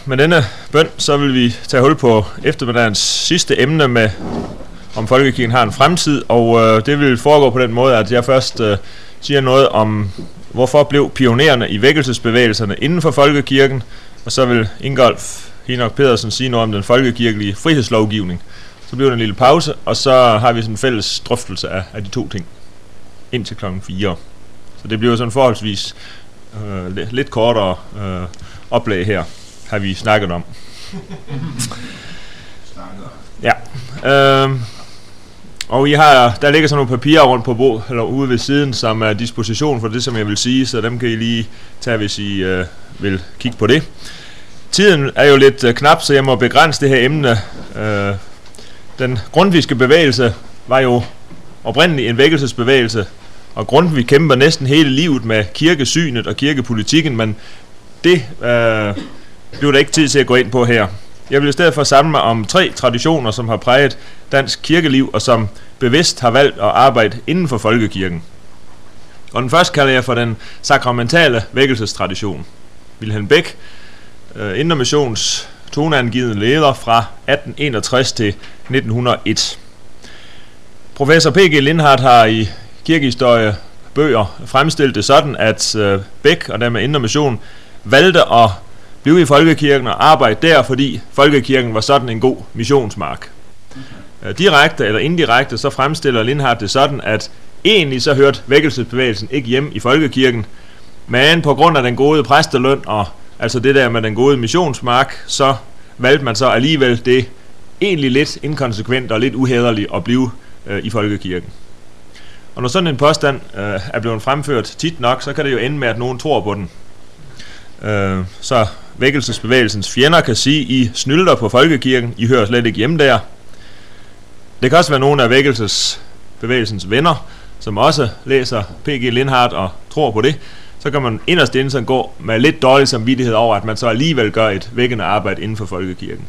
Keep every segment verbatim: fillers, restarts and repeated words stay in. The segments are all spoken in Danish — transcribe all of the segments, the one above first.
Med denne bøn, så vil vi tage hul på eftermiddagens sidste emne med, om folkekirken har en fremtid, og øh, det vil foregå på den måde, at jeg først øh, siger noget om, hvorfor blev pionererne i vækkelsesbevægelserne inden for folkekirken, og så vil Ingolf Hinok Pedersen sige noget om den folkekirkelige frihedslovgivning. Så bliver der en lille pause, og så har vi sådan en fælles drøftelse af, af de to ting indtil klokken fire. Så det bliver sådan forholdsvis øh, lidt kortere øh, oplæg her, har vi snakket om. Ja. Øh, og I har, der ligger sådan nogle papirer rundt på bo, eller ude ved siden, som er disposition for det, som jeg vil sige, så dem kan I lige tage, hvis I øh, vil kigge på det. Tiden er jo lidt øh, knap, så jeg må begrænse det her emne. Øh, den grundtvigske bevægelse var jo oprindeligt en vækkelsesbevægelse, og Grundtvig kæmper næsten hele livet med kirkesynet og kirkepolitikken, men det øh, bliver der ikke tid til at gå ind på her. Jeg vil i stedet for samle mig om tre traditioner, som har præget dansk kirkeliv, og som bevidst har valgt at arbejde inden for folkekirken. Og den første kalder jeg for den sakramentale vækkelsestradition. Wilhelm Beck, øh, Indre Missions toneangivende leder fra atten enogtres til nitten hundrede og et. Professor P G Lindhardt har i kirkehistorie bøger fremstillet det sådan, at øh, Beck og dermed Indre Mission valgte at blive i folkekirken og arbejde der, fordi folkekirken var sådan en god missionsmark. Øh, direkte eller indirekte så fremstiller Lindhardt det sådan, at egentlig så hørte vækkelsesbevægelsen ikke hjem i folkekirken, men på grund af den gode præsteløn og altså det der med den gode missionsmark, så valgte man så alligevel det egentlig lidt inkonsekvent og lidt uhæderligt at blive øh, i folkekirken. Og når sådan en påstand øh, er blevet fremført tit nok, så kan det jo ende med, at nogen tror på den. Øh, så vækkelsesbevægelsens fjender kan sige, I snylder på folkekirken, I hører slet ikke hjemme der. Det kan også være nogle af vækkelsesbevægelsens venner, som også læser P G Lindhardt og tror på det. Så kan man inderst inde sådan gå med lidt dårlig samvittighed over, at man så alligevel gør et vækkende arbejde inden for folkekirken.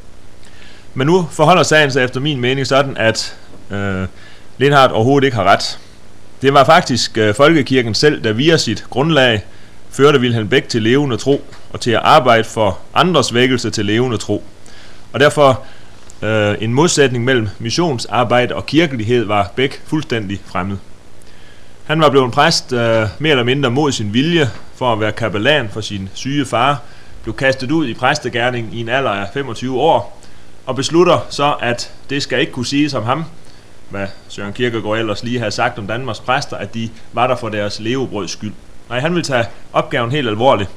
Men nu forholder sagen sig efter min mening sådan, at øh, Lindhardt overhovedet ikke har ret. Det var faktisk øh, folkekirken selv, der via sit grundlag førte Wilhelm Beck til levende tro, og til at arbejde for andres vækkelse til levende tro. Og derfor øh, en modsætning mellem missionsarbejde og kirkelighed var Beck fuldstændig fremmed. Han var blevet præst øh, mere eller mindre mod sin vilje for at være kapellan for sin syge far, blev kastet ud i præstegerning i en alder af femogtyve år, og beslutter så, at det skal ikke kunne siges om ham, hvad Søren Kierkegaard ellers lige havde sagt om Danmarks præster, at de var der for deres levebrøds skyld. Nej, han ville tage opgaven helt alvorligt.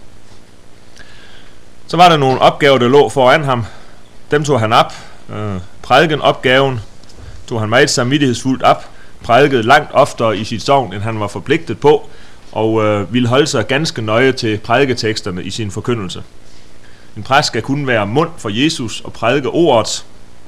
Så var der nogle opgaver, der lå foran ham. Dem tog han op. Øh, prædiken opgaven tog han meget samvittighedsfuldt op. Prædikede langt oftere i sit sogn, end han var forpligtet på, og øh, ville holde sig ganske nøje til prædiketeksterne i sin forkyndelse. En præst skal kun være mund for Jesus og prædike ordet.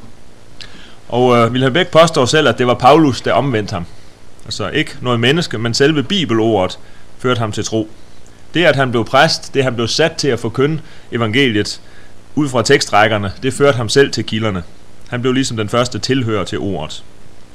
Og øh, Wilhelm Beck påstår selv, at det var Paulus, der omvendte ham. Altså ikke noget menneske, men selve bibelordet førte ham til tro. Det, at han blev præst, det han blev sat til at forkynde evangeliet ud fra tekstrækkerne, det førte ham selv til kilderne. Han blev ligesom den første tilhører til ordet.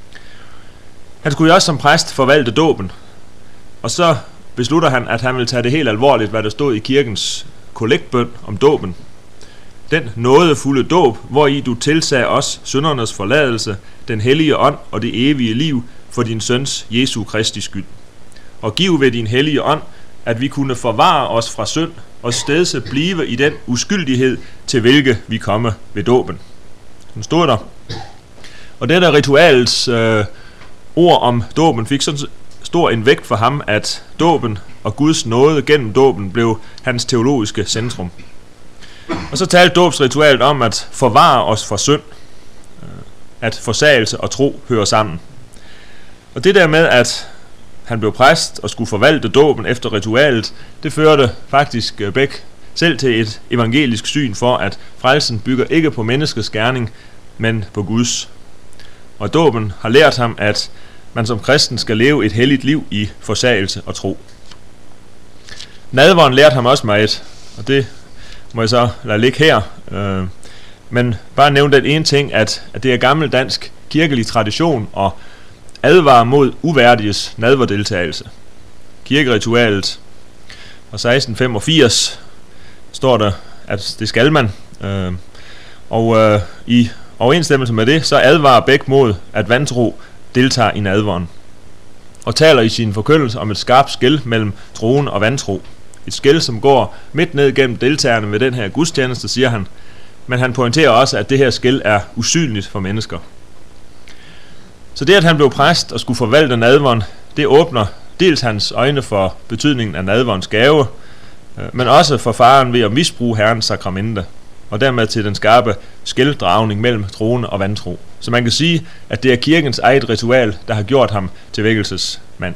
Han skulle jo også som præst forvalte dåben, og så beslutter han, at han vil tage det helt alvorligt, hvad der stod i kirkens kollektbøn om dåben. Den nådefulde dåb, hvori du tilsagde os syndernes forladelse, den hellige ånd og det evige liv for din søns Jesu Kristi skyld. Og giv ved din hellige ånd, at vi kunne forvare os fra synd og stedse blive i den uskyldighed, til hvilke vi komme ved dåben. Den stod der. Og dette ritualets øh, ord om dåben fik så stor en vægt for ham, at dåben og Guds nåde gennem dåben blev hans teologiske centrum. Og så talte dåbsritualet om at forvare os fra synd, at forsagelse og tro hører sammen. Og det der med, at han blev præst og skulle forvalte dåben efter ritualet, det førte faktisk Beck selv til et evangelisk syn for, at frelsen bygger ikke på menneskets gerning, men på Guds. Og dåben har lært ham, at man som kristen skal leve et helligt liv i forsagelse og tro. Nadveren lærte ham også meget, og det må jeg så lade ligge her. Øh, men bare nævne den ene ting, at, at det er gammel dansk kirkelig tradition og advarer mod uværdiges nadverdeltagelse. Kirkeritualet og seksten femogfirs står der, at det skal man. Øh, og øh, i overensstemmelse med det, så advarer Bech mod, at vantro deltager i nadveren, og taler i sin forkyndelse om et skarpt skel mellem troen og vantro. Et skel, som går midt ned gennem deltagerne ved den her gudstjeneste, siger han, men han pointerer også, at det her skel er usynligt for mennesker. Så det, at han blev præst og skulle forvalte nadveren, det åbner dels hans øjne for betydningen af nadverens gave, men også for faren ved at misbruge Herrens sakramente, og dermed til den skarpe skeldragning mellem troende og vantro. Så man kan sige, at det er kirkens eget ritual, der har gjort ham til vækkelsesmand.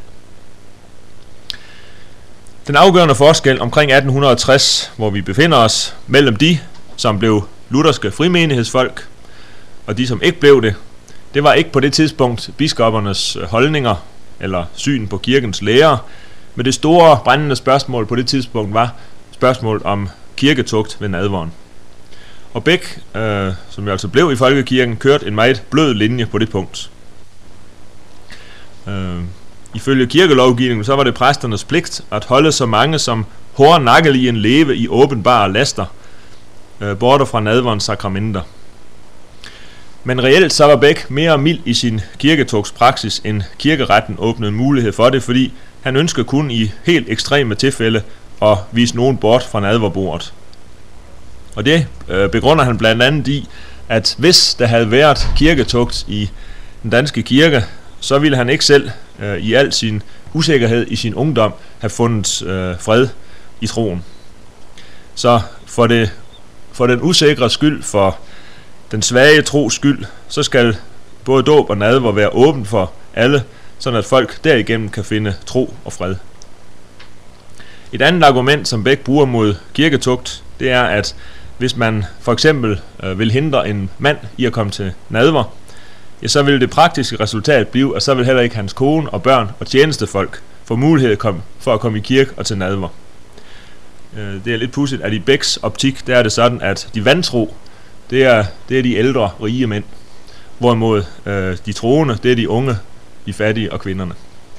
Den afgørende forskel omkring atten tres, hvor vi befinder os, mellem de, som blev lutherske frimenighedsfolk, og de, som ikke blev det, det var ikke på det tidspunkt biskoppernes holdninger eller syn på kirkens lære, men det store brændende spørgsmål på det tidspunkt var spørgsmålet om kirketugt ved nadveren. Og Bech, øh, som jo altså blev i folkekirken, kørte en meget blød linje på det punkt. Øh, ifølge kirkelovgivningen, så var det præsternes pligt at holde så mange som hårdnakkelige leve i åbenbare laster, øh, borte fra nadverens sakramenter. Men reelt så var Bech mere mild i sin kirketugtspraksis, end kirkeretten åbnede mulighed for det, fordi han ønskede kun i helt ekstreme tilfælde at vise nogen bort fra nadverbordet. Og det øh, begrunder han blandt andet i, at hvis der havde været kirketugt i den danske kirke, så ville han ikke selv øh, i al sin usikkerhed i sin ungdom have fundet øh, fred i troen. Så for, det, for den usikre skyld, for den svage tros skyld, så skal både dåb og nadver være åben for alle, sådan at folk derigennem kan finde tro og fred. Et andet argument, som Bech bruger mod kirketugt, det er, at hvis man for eksempel øh, vil hindre en mand i at komme til nadver, ja, så vil det praktiske resultat blive, at så vil heller ikke hans kone og børn og tjenestefolk få mulighed for at komme i kirke og til nadver. Øh, det er lidt pudsigt, at i Bechs optik, der er det sådan, at de vantro, det er, det er de ældre, rige mænd, hvorimod øh, de troende, det er de unge, de fattige og kvinderne.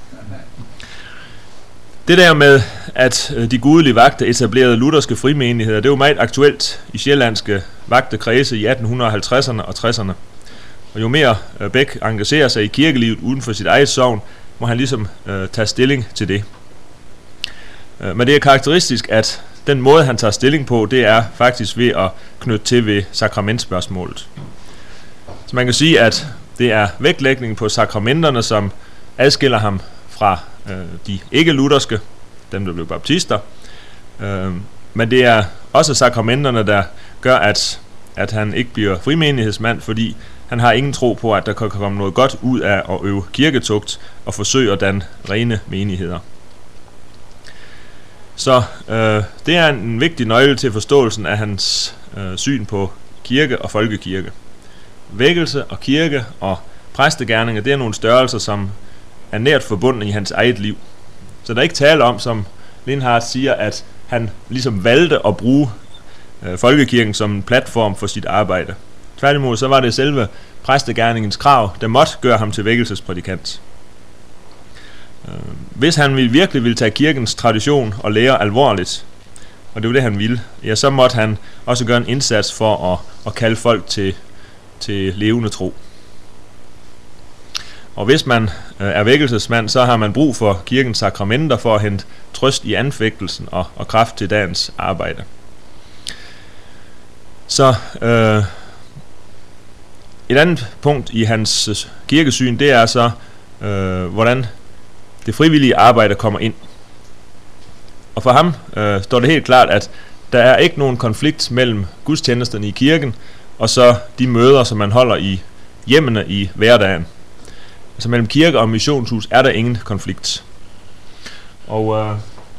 Det der med, at de gudelige vagter etablerede lutherske frimenigheder, det var meget aktuelt i sjællandske vagtekredse i atten halvtredserne og tresserne. Og jo mere Bech engagerer sig i kirkelivet uden for sit eget sogn, må han ligesom øh, tage stilling til det. Øh, men det er karakteristisk, at den måde, han tager stilling på, det er faktisk ved at knytte til ved sakramentspørgsmålet. Så man kan sige, at det er vægtlægningen på sakramenterne, som adskiller ham fra øh, de ikke-lutherske, dem der blev baptister. Øh, men det er også sakramenterne, der gør, at, at han ikke bliver frimenighedsmand, fordi han har ingen tro på, at der kan komme noget godt ud af at øve kirketugt og forsøge at danne rene menigheder. Så øh, det er en vigtig nøgle til forståelsen af hans øh, syn på kirke og folkekirke. Vækkelse og kirke og præstegerninger, det er nogle størrelser, som er nært forbundet i hans eget liv. Så der er ikke tale om, som Lindhardt siger, at han ligesom valgte at bruge øh, folkekirken som en platform for sit arbejde. Tværtimod så var det selve præstegerningens krav, der måtte gøre ham til vækkelsesprædikant. Hvis han virkelig ville tage kirkens tradition og lære alvorligt, og det var det han ville, ja, så måtte han også gøre en indsats for at, at kalde folk til, til levende tro. Og hvis man øh, er vækkelsesmand, så har man brug for kirkens sakramenter for at hente trøst i anfægtelsen og, og kraft til dagens arbejde. Så øh, et andet punkt i hans kirkesyn, det er så, øh, hvordan det frivillige arbejde kommer ind. Og for ham øh, står det helt klart, at der er ikke nogen konflikt mellem gudstjenesterne i kirken og så de møder, som man holder i hjemmene i hverdagen. Altså mellem kirke og missionshus er der ingen konflikt. Og øh,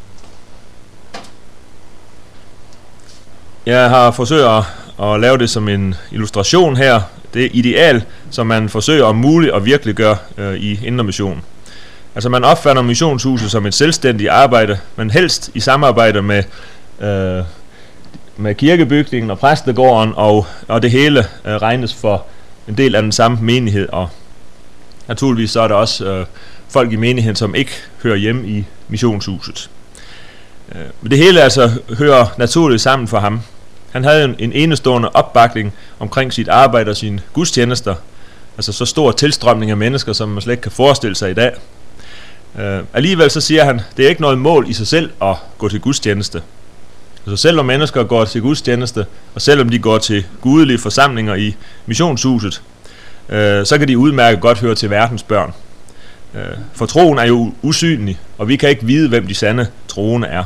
jeg har forsøgt at, at lave det som en illustration her. Det er ideal, som man forsøger om muligt at virkelig gøre øh, i Indre Mission. Altså man opfatter missionshuset som et selvstændigt arbejde, men helst i samarbejde med, øh, med kirkebygningen og præstegården, og, og det hele øh, regnes for en del af den samme menighed. Og naturligvis så er der også øh, folk i menigheden, som ikke hører hjemme i missionshuset. Øh, men det hele altså hører naturligt sammen for ham. Han havde en, en enestående opbakning omkring sit arbejde og sine gudstjenester. Altså så stor tilstrømning af mennesker, som man slet ikke kan forestille sig i dag. Uh, alligevel så siger han, det er ikke noget mål i sig selv at gå til gudstjeneste. Altså selvom mennesker går til gudstjeneste, og selvom de går til gudelige forsamlinger i missionshuset, uh, så kan de udmærket godt høre til verdens børn. Uh, for troen er jo usynlig, og vi kan ikke vide, hvem de sande troende er.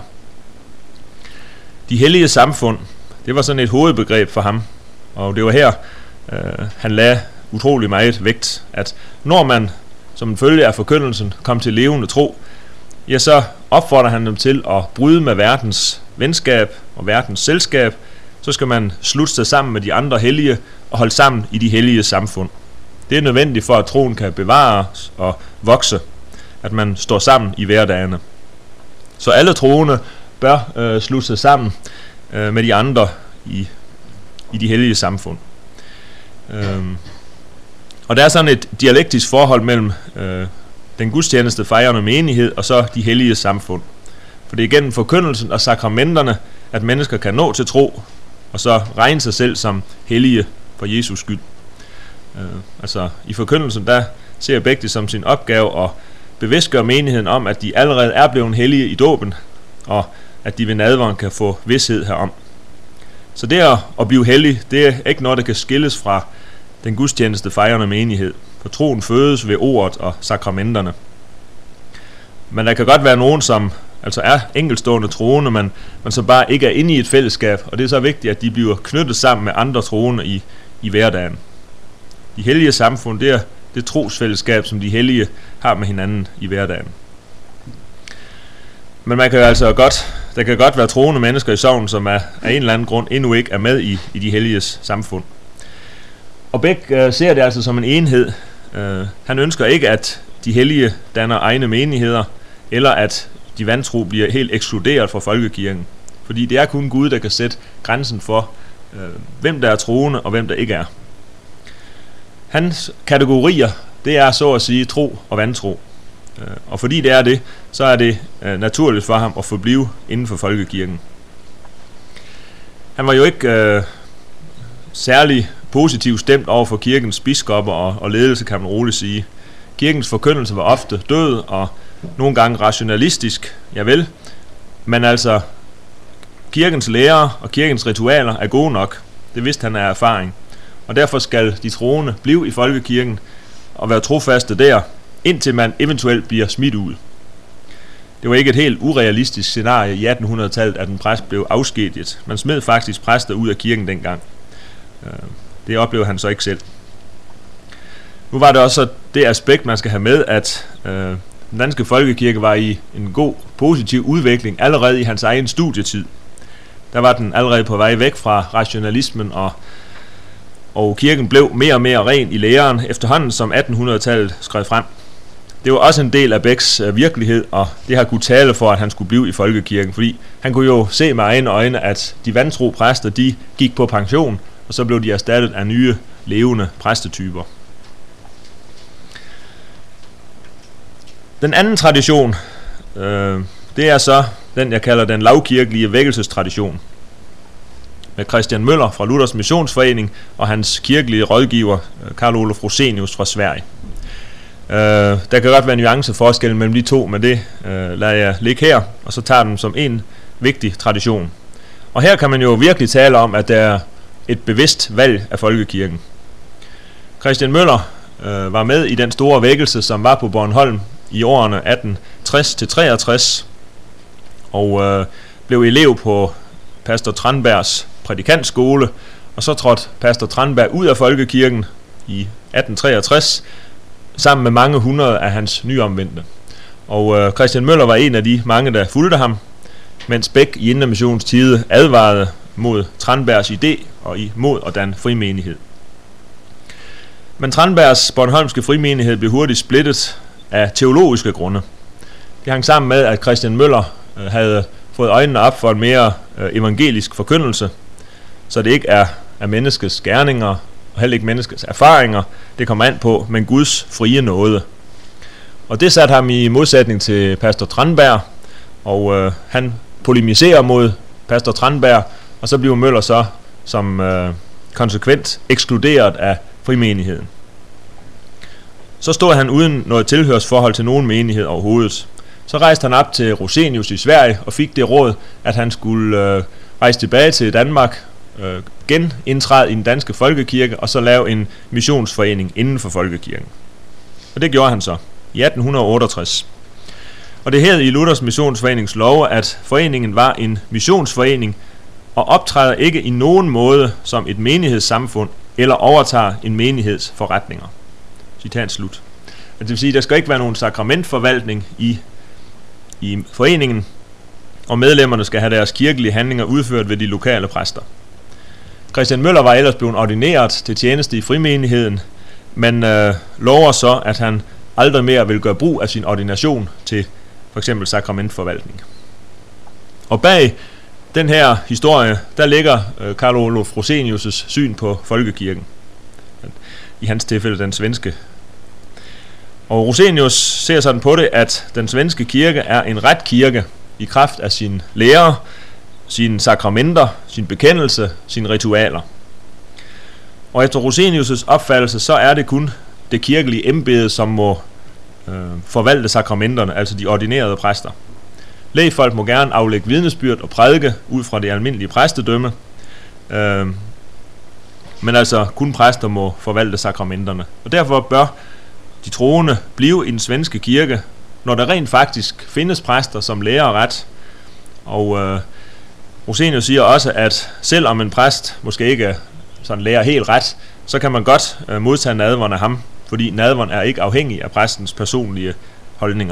De hellige samfund, det var sådan et hovedbegreb for ham, og det var her, uh, han lagde utrolig meget vægt, at når man som en følge af forkyndelsen kom til levende tro, ja, så opfordrer han dem til at bryde med verdens venskab og verdens selskab. Så skal man slutte sig sammen med de andre hellige og holde sammen i de hellige samfund. Det er nødvendigt for, at troen kan bevares og vokse, at man står sammen i hverdagene. Så alle troende bør øh, slutte sig sammen øh, med de andre i, i de hellige samfund. Øhm. Og der er sådan et dialektisk forhold mellem øh, den gudstjeneste fejrende menighed og så de hellige samfund. For det er gennem forkyndelsen og sakramenterne, at mennesker kan nå til tro, og så regne sig selv som hellige for Jesus skyld. Øh, altså i forkyndelsen, der ser begge det som sin opgave at bevidstgøre menigheden om, at de allerede er blevet hellige i dåben, og at de ved nadveren kan få vished herom. Så det at blive hellig, det er ikke noget, der kan skilles fra den gudstjeneste fejrende menighed, for troen fødes ved ordet og sakramenterne. Men der kan godt være nogen, som altså er enkeltstående troende, men, men så bare ikke er inde i et fællesskab, og det er så vigtigt, at de bliver knyttet sammen med andre troende i, i hverdagen. De hellige samfund, det er det trosfællesskab, som de hellige har med hinanden i hverdagen. Men man kan altså godt, der kan godt være troende mennesker i sognen, som er, af en eller anden grund endnu ikke er med i, i de helliges samfund. Og Bæk øh, ser det altså som en enhed. Øh, han ønsker ikke, at de hellige danner egne menigheder, eller at de vantro bliver helt ekskluderet fra folkekirken. Fordi det er kun Gud, der kan sætte grænsen for, øh, hvem der er troende og hvem der ikke er. Hans kategorier, det er så at sige tro og vantro. Øh, og fordi det er det, så er det øh, naturligt for ham at forblive inden for folkekirken. Han var jo ikke øh, særlig positivt stemt over for kirkens biskopper og, og ledelse, kan man roligt sige. Kirkens forkyndelse var ofte død og nogle gange rationalistisk, javel, men altså kirkens lære og kirkens ritualer er gode nok. Det vidste han af erfaring. Og derfor skal de troende blive i folkekirken og være trofaste der, indtil man eventuelt bliver smidt ud. Det var ikke et helt urealistisk scenarie i attenhundredetallet, at en præst blev afskediget. Man smed faktisk præster ud af kirken dengang. Det oplevede han så ikke selv. Nu var det også det aspekt, man skal have med, at øh, den danske folkekirke var i en god, positiv udvikling allerede i hans egen studietid. Der var den allerede på vej væk fra rationalismen, og, og kirken blev mere og mere ren i læren efterhånden, som attenhundredetallet skred frem. Det var også en del af Bæks øh, virkelighed, og det har kunne tale for, at han skulle blive i folkekirken, fordi han kunne jo se med egne øjne, at de vantro præster, de gik på pension, og så blev de erstattet af nye, levende præstetyper. Den anden tradition, øh, det er så den, jeg kalder den lavkirkelige vækkelsestradition. Med Christian Møller fra Luthers Missionsforening og hans kirkelige rådgiver, Karl Olof Rosenius fra Sverige. Øh, der kan godt være nuanceforskel mellem de to, men det øh, lader jeg ligge her, og så tager den som en vigtig tradition. Og her kan man jo virkelig tale om, at der er et bevidst valg af folkekirken. Christian Møller øh, var med i den store vækkelse, som var på Bornholm i årene atten tres til treogtres, og øh, blev elev på pastor Tranbergs prædikantskole, og så trådte pastor Tranberg ud af folkekirken i atten treogtres, sammen med mange hundrede af hans nyomvendte. Og øh, Christian Møller var en af de mange, der fulgte ham, mens Bæk i Indre Missions tide advarede mod Tranbergs idé og imod at danne frimenighed. Men Tranbergs bornholmske frimenighed blev hurtigt splittet af teologiske grunde. Det hang sammen med, at Christian Møller øh, havde fået øjnene op for en mere øh, evangelisk forkyndelse, så det ikke er, er menneskets gerninger og heller ikke menneskets erfaringer, det kommer an på, men Guds frie nåde. Og det satte ham i modsætning til pastor Tranberg, og øh, han polemiserer mod pastor Tranberg og så bliver Møller så som øh, konsekvent ekskluderet af frimenigheden. Så stod han uden noget tilhørsforhold til nogen menighed overhovedet. Så rejste han op til Rosenius i Sverige og fik det råd, at han skulle øh, rejse tilbage til Danmark, øh, genindtræde i den danske folkekirke og så lave en missionsforening inden for folkekirken. Og det gjorde han så i atten otteogtres. Og det hed i Luthers Missionsforenings love, at foreningen var en missionsforening og optræder ikke i nogen måde som et menighedssamfund eller overtager en menigheds forretninger. Citat slut. Det vil sige, at der skal ikke være nogen sakramentforvaltning i, i foreningen, og medlemmerne skal have deres kirkelige handlinger udført ved de lokale præster. Christian Møller var ellers blevet ordineret til tjeneste i frimenigheden, men øh, lover så, at han aldrig mere vil gøre brug af sin ordination til for eksempel sakramentforvaltning. Og bag den her historie, der ligger øh, Carl Olof Rosenius' syn på folkekirken. I hans tilfælde den svenske. Og Rosenius ser sådan på det, at den svenske kirke er en ret kirke i kraft af sine lærer, sine sakramenter, sin bekendelse, sine ritualer. Og efter Rosenius' opfattelse, så er det kun det kirkelige embede, som må øh, forvalte sakramenterne, altså de ordinerede præster. Lægfolk må gerne aflægge vidnesbyrd og prædike ud fra det almindelige præstedømme, øh, men altså kun præster må forvalte sakramenterne. Og derfor bør de troende blive i den svenske kirke, når der rent faktisk findes præster, som lærer ret. Og øh, Rosenius siger også, at selvom en præst måske ikke sådan lærer helt ret, så kan man godt øh, modtage nadveren af ham, fordi nadveren er ikke afhængig af præstens personlige holdninger.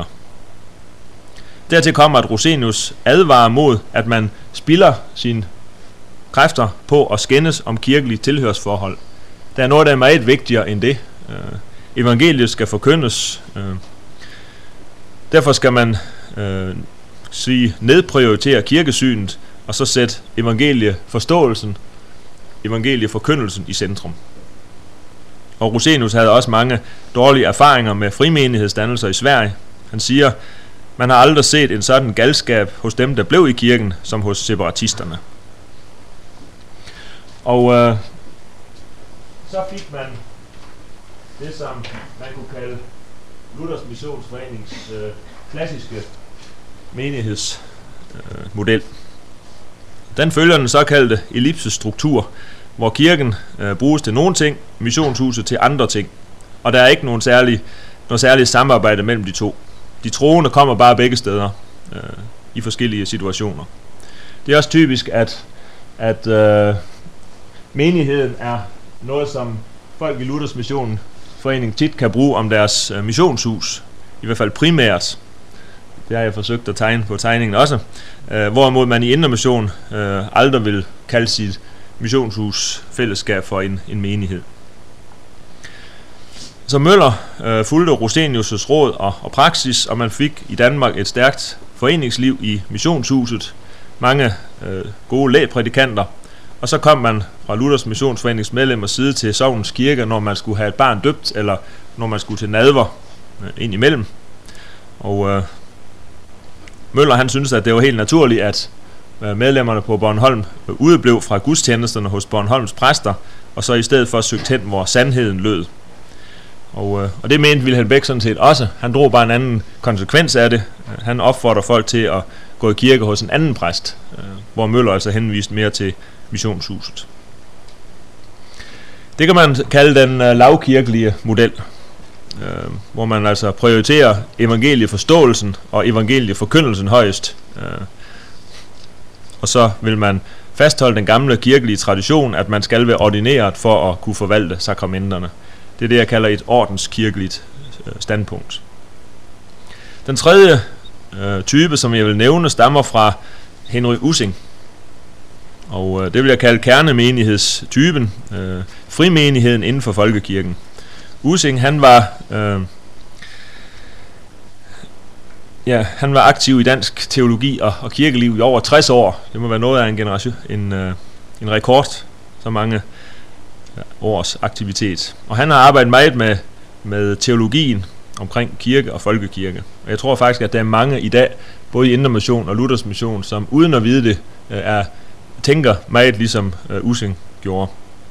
Dertil kommer, at Rosenius advarer mod, at man spilder sine kræfter på at skændes om kirkelige tilhørsforhold. Der er noget, der er meget vigtigere end det. Øh, evangeliet skal forkyndes. Øh, derfor skal man øh, sige, nedprioritere kirkesynet, og så sætte evangelieforståelsen, evangelieforkyndelsen i centrum. Og Rosenius havde også mange dårlige erfaringer med frimenighedsdannelser i Sverige. Han siger, man har aldrig set en sådan galskab hos dem, der blev i kirken, som hos separatisterne. Og øh, så fik man det, som man kunne kalde Luthers Missionsforenings øh, klassiske menighedsmodel. Øh, den følger den såkaldte ellipsestruktur, hvor kirken øh, bruges til nogle ting, missionshuset til andre ting. Og der er ikke nogen særlig, noget særligt samarbejde mellem de to. De troende kommer bare begge steder øh, i forskellige situationer. Det er også typisk, at, at øh, menigheden er noget, som folk i Luthers Missionsforening tit kan bruge om deres øh, missionshus. I hvert fald primært. Det har jeg forsøgt at tegne på tegningen også. Øh, hvorimod man i Indre Mission øh, aldrig vil kalde sit missionshus fællesskab for en, en menighed. Så Møller øh, fulgte Rosenius' råd og, og praksis, og man fik i Danmark et stærkt foreningsliv i missionshuset. Mange øh, gode lægprædikanter. Og så kom man fra Luthers Missionsforenings medlemmers side til sognens kirke, når man skulle have et barn døbt, eller når man skulle til nadver øh, ind imellem. Og øh, Møller han syntes, at det var helt naturligt, at øh, medlemmerne på Bornholm øh, udeblev fra gudstjenesterne hos Bornholms præster, og så i stedet for søgte hen, hvor sandheden lød. Og, øh, og det mente Wilhelm Beck sådan set også. Han drog bare en anden konsekvens af det. Han opfordrer folk til at gå i kirke hos en anden præst, øh, hvor Møller altså henviste mere til missionshuset. Det kan man kalde den øh, lavkirkelige model, øh, hvor man altså prioriterer evangelieforståelsen og evangelieforkyndelsen højest. Øh, og så vil man fastholde den gamle kirkelige tradition, at man skal være ordineret for at kunne forvalte sakramenterne. Det er det, jeg kalder et ordenskirkeligt øh, standpunkt. Den tredje øh, type, som jeg vil nævne, stammer fra Henry Ussing. Og øh, det vil jeg kalde kernemenighedstypen, øh, frimenigheden inden for folkekirken. Ussing, han var, øh, ja, han var aktiv i dansk teologi og, og kirkeliv i over tres år. Det må være noget af en generation, en, øh, en rekord, så mange års aktivitet. Og han har arbejdet meget med, med teologien omkring kirke og folkekirke. Og jeg tror faktisk, at der er mange i dag, både i Indre Mission og Luthers Mission, som uden at vide det, er tænker meget ligesom øh, Ussing gjorde.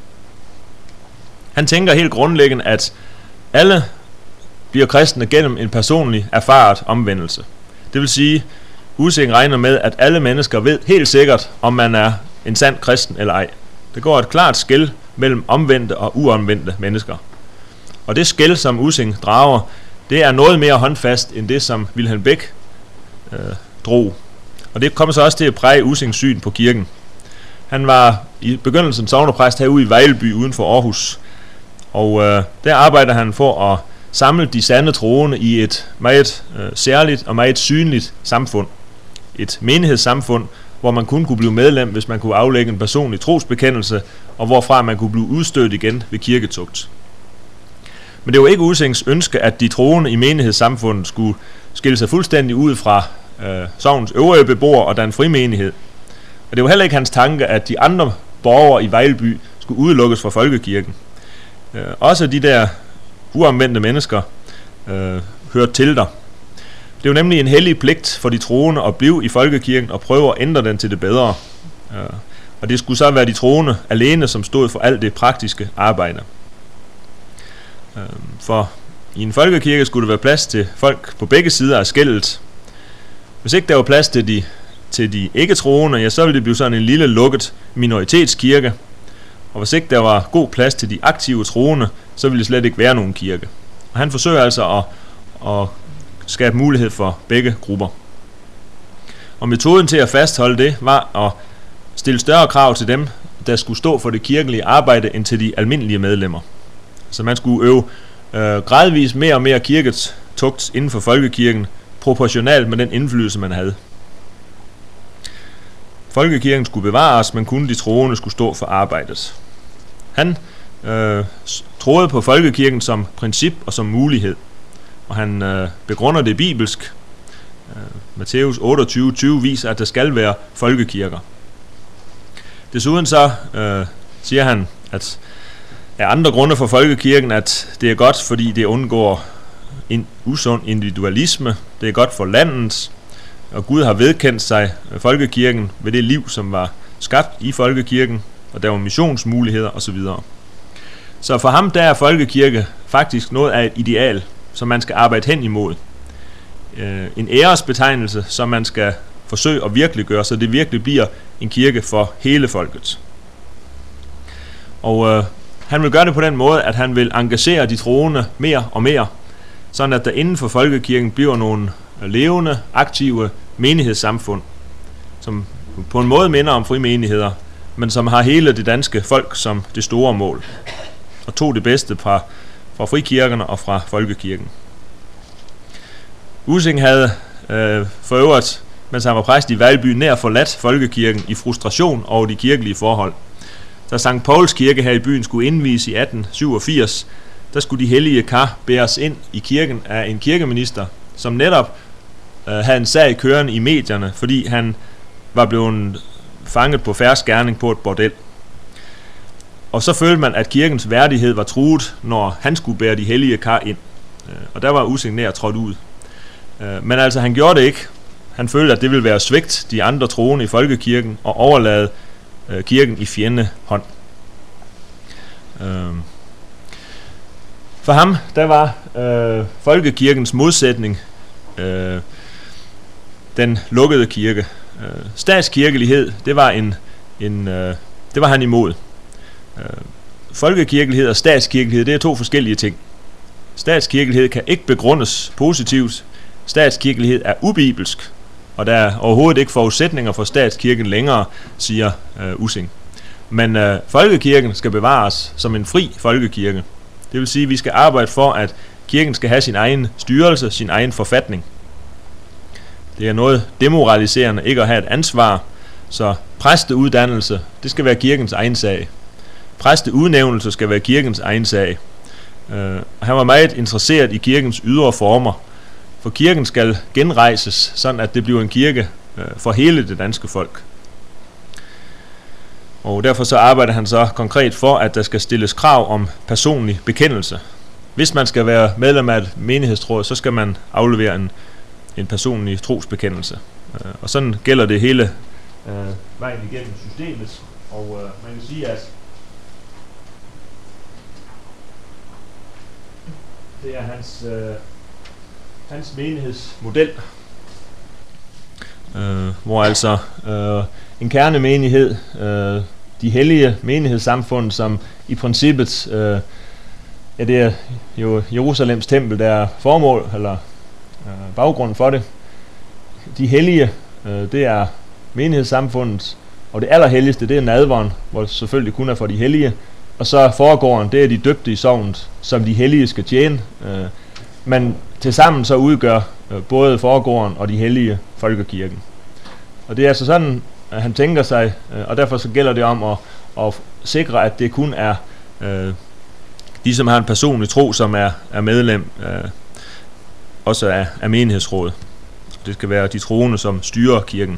Han tænker helt grundlæggende, at alle bliver kristne gennem en personlig erfaret omvendelse. Det vil sige, Ussing regner med, at alle mennesker ved helt sikkert, om man er en sand kristen eller ej. Der går et klart skel mellem omvendte og uomvendte mennesker. Og det skel, som Ussing drager, det er noget mere håndfast end det, som Wilhelm Beck øh, drog. Og det kommer så også til at præge Ussings syn på kirken. Han var i begyndelsen sognepræst herude i Vejlby uden for Aarhus. Og øh, der arbejder han for at samle de sande troende i et meget øh, særligt og meget synligt samfund. Et menighedssamfund, hvor man kun kunne blive medlem, hvis man kunne aflægge en personlig trosbekendelse, og hvorfra man kunne blive udstødt igen ved kirketugt. Men det var ikke Ussings ønske, at de troende i menighedssamfundet skulle skille sig fuldstændig ud fra øh, sognens øvrige beboere og danne frimenighed. Og det var heller ikke hans tanke, at de andre borgere i Vejlby skulle udelukkes fra folkekirken. Øh, også de der uomvendte mennesker øh, hørte til der. Det er jo nemlig en hellig pligt for de troende at blive i folkekirken og prøve at ændre den til det bedre. Øh, og det skulle så være de troende alene, som stod for alt det praktiske arbejde. Øh, for i en folkekirke skulle der være plads til folk på begge sider af skellet. Hvis ikke der var plads til de, til de ikke-troende, ja, så ville det blive sådan en lille lukket minoritetskirke. Og hvis ikke der var god plads til de aktive troende, så ville det slet ikke være nogen kirke. Og han forsøger altså at, at skabe mulighed for begge grupper. Og metoden til at fastholde det var at stille større krav til dem, der skulle stå for det kirkelige arbejde, end til de almindelige medlemmer. Så man skulle øve øh, gradvist mere og mere kirketugt inden for folkekirken, proportionalt med den indflydelse, man havde. Folkekirken skulle bevares, men kun de troende skulle stå for arbejdet. Han øh, troede på folkekirken som princip og som mulighed, og han øh, begrunder det bibelsk. Øh, Matthæus otteogtyve tyve viser, at der skal være folkekirker. Desuden så øh, siger han, at af andre grunde for folkekirken, at det er godt, fordi det undgår en usund individualisme, det er godt for landet, og Gud har vedkendt sig folkekirken ved det liv, som var skabt i folkekirken, og der var missionsmuligheder osv. Så for ham der er folkekirke faktisk noget af et ideal, som man skal arbejde hen imod. Øh, en æresbetegnelse, som man skal forsøge at virkeliggøre, så det virkelig bliver en kirke for hele folket. Og øh, han vil gøre det på den måde, at han vil engagere de troende mere og mere, sådan at der inden for folkekirken bliver nogle levende, aktive menighedssamfund, som på en måde minder om frimenigheder, men som har hele det danske folk som det store mål, og tog det bedste fra, fra frikirkerne og fra folkekirken. Ussing havde øh, for øvrigt, mens han var præst i Vejlby, nær forladt folkekirken i frustration over de kirkelige forhold. Da Sankt Pauls kirke her i byen skulle indvies i atten syvogfirs, der skulle de hellige kar bæres ind i kirken af en kirkeminister, som netop øh, havde en sag kørende i medierne, fordi han var blevet fanget på fersk gerning på et bordel. Og så følte man, at kirkens værdighed var truet, når han skulle bære de hellige kar ind. Øh, og der var Ussing nær trådt ud. Øh, men altså, han gjorde det ikke. Han følte, at det ville være svigt de andre troende i folkekirken og overlade øh, kirken i fjende hånd. Øh. For ham, der var øh, folkekirkens modsætning øh, den lukkede kirke. Øh, statskirkelighed, det var en, en øh, det var han imod. Øh, folkekirkelighed og statskirkelighed, det er to forskellige ting. Statskirkelighed kan ikke begrundes positivt. Statskirkelighed er ubibelsk, og der er overhovedet ikke forudsætninger for statskirken længere, siger øh, Ussing. Men øh, folkekirken skal bevares som en fri folkekirke. Det vil sige, at vi skal arbejde for, at kirken skal have sin egen styrelse, sin egen forfatning. Det er noget demoraliserende ikke at have et ansvar, så præsteuddannelse, det skal være kirkens egen sag. Præsteudnævnelse skal være kirkens egen sag. Uh, han var meget interesseret i kirkens ydre former, for kirken skal genrejses, sådan at det bliver en kirke uh, for hele det danske folk. Og derfor så arbejder han så konkret for, at der skal stilles krav om personlig bekendelse. Hvis man skal være medlem af et menighedsråd, så skal man aflevere en, en personlig trosbekendelse. Og sådan gælder det hele øh, vejen igennem systemet, og øh, man kan sige, at det er hans, øh, hans menighedsmodel, øh, hvor altså øh, en kernemenighed, øh, de hellige menighedssamfund, som i princippet, øh, ja, det er jo Jerusalems tempel, der er formål, eller øh, baggrunden for det. De hellige, øh, det er menighedssamfundet, og det allerhelligste, det er nadveren, hvor selvfølgelig kun er for de hellige, og så foregården, det er de døbte i sognet, som de hellige skal tjene, øh, men tilsammen så udgør øh, både foregården og de hellige folkekirken. Og det er altså sådan, at han tænker sig, øh, og derfor så gælder det om at, at sikre, at det kun er øh, de, som har en personlig tro, som er, er medlem øh, også af, af menighedsrådet. Det skal være de troende, som styrer kirken.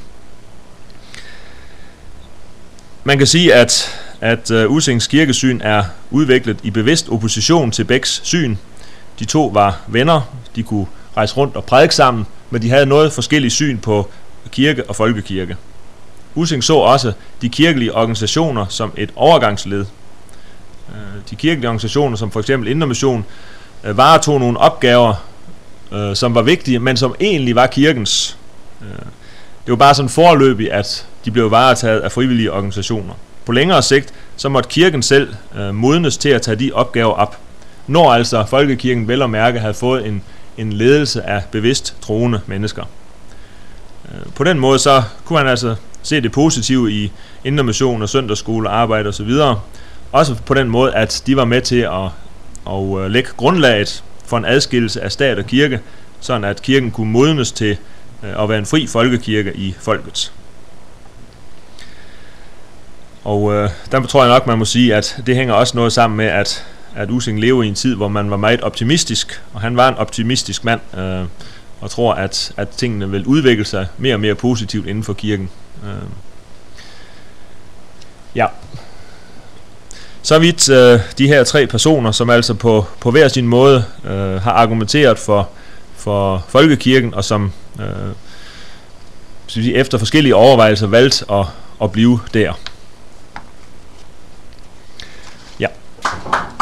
Man kan sige, at, at uh, Ussings kirkesyn er udviklet i bevidst opposition til Becks syn. De to var venner, de kunne rejse rundt og prædike sammen, men de havde noget forskelligt syn på kirke og folkekirke. Ussing så også de kirkelige organisationer som et overgangsled. De kirkelige organisationer, som for eksempel Indre Mission, varetog nogle opgaver, øh, som var vigtige, men som egentlig var kirkens. Det var bare sådan foreløbigt, at de blev varetaget af frivillige organisationer. På længere sigt, så måtte kirken selv øh, modnes til at tage de opgaver op, når altså folkekirken vel og mærke havde fået en, en ledelse af bevidst troende mennesker. Øh, på den måde så kunne man altså se det positive i Indre Mission og søndagsskole, arbejde osv., også på den måde, at de var med til at, at, at lægge grundlaget for en adskillelse af stat og kirke, sådan at kirken kunne modnes til at være en fri folkekirke i folket. Og øh, der tror jeg nok, man må sige, at det hænger også noget sammen med, at, at Ussing lever i en tid, hvor man var meget optimistisk, og han var en optimistisk mand, øh, og tror, at, at tingene vil udvikle sig mere og mere positivt inden for kirken. Øh. Ja. Så vidt øh, de her tre personer, som altså på, på hver sin måde øh, har argumenteret for, for folkekirken, og som øh, sige, efter forskellige overvejelser valgt at, at blive der. Ja.